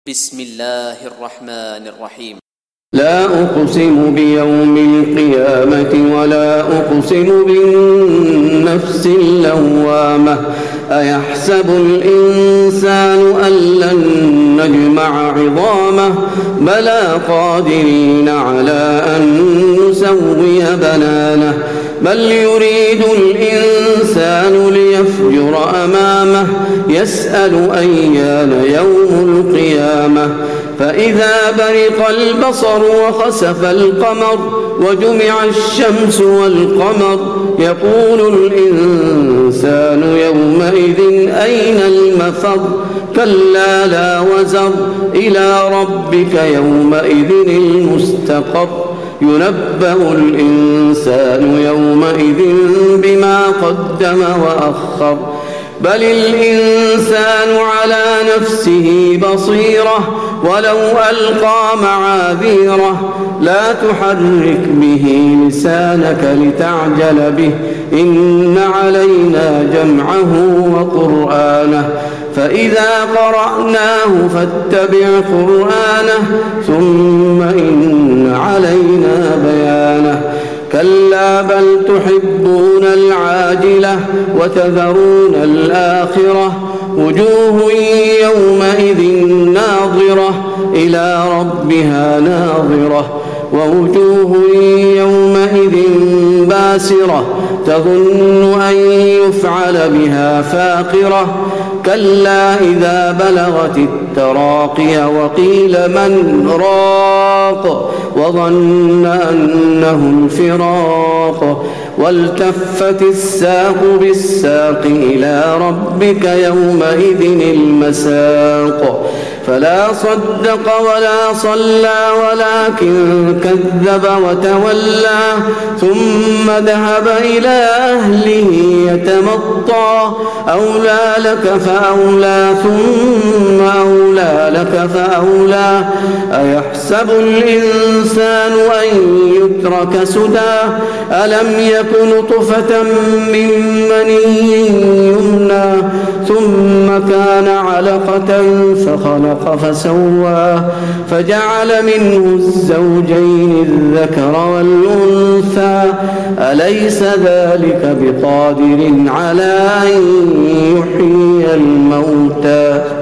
بسم الله الرحمن الرحيم. لا أقسم بيوم القيامة ولا أقسم بالنفس اللوامة أيحسب الإنسان أن لن نجمع عظامه بلى قادرين على أن نسوي بنانه بل يريد الإنسان ليفجر أمامه يسأل أيان يوم القيامة فإذا برق البصر وخسف القمر وجمع الشمس والقمر يقول الإنسان يومئذ أين المفر كلا لا وزر إلى ربك يومئذ المستقر ينبأ الإنسان يومئذ بما قدم وأخر بل الإنسان على نفسه بصيرة ولو ألقى معاذيره لا تحرك به لسانك لتعجل به إن علينا جمعه وقرآنه فإذا قرأناه فاتبع قرآنه ثم إن علينا بيانه كلا بل تحبون العاجلة وتذرون الآخرة وجوه يومئذ ناظرة إلى ربها ناظرة ووجوه يومئذ باسرة تظن أن يفعل بها فاقرة كلا إذا بلغت التراقي وقيل من راق وظن أنه الفراق والتفت الساق بالساق إلى ربك يومئذ المساق فلا صدق ولا صلى ولكن كذب وتولى ثم ذهب إلى أهله يتمطى أولى لك فأولى ثم أولى لك فأولى أيحسب الإنسان أن يترك سدى ألم يك نطفة من مني يمنى ثم كان علقة فخلق فسوى فجعل منه الزوجين الذكر والأنثى أليس ذلك بقادر على أن يحيي الموتى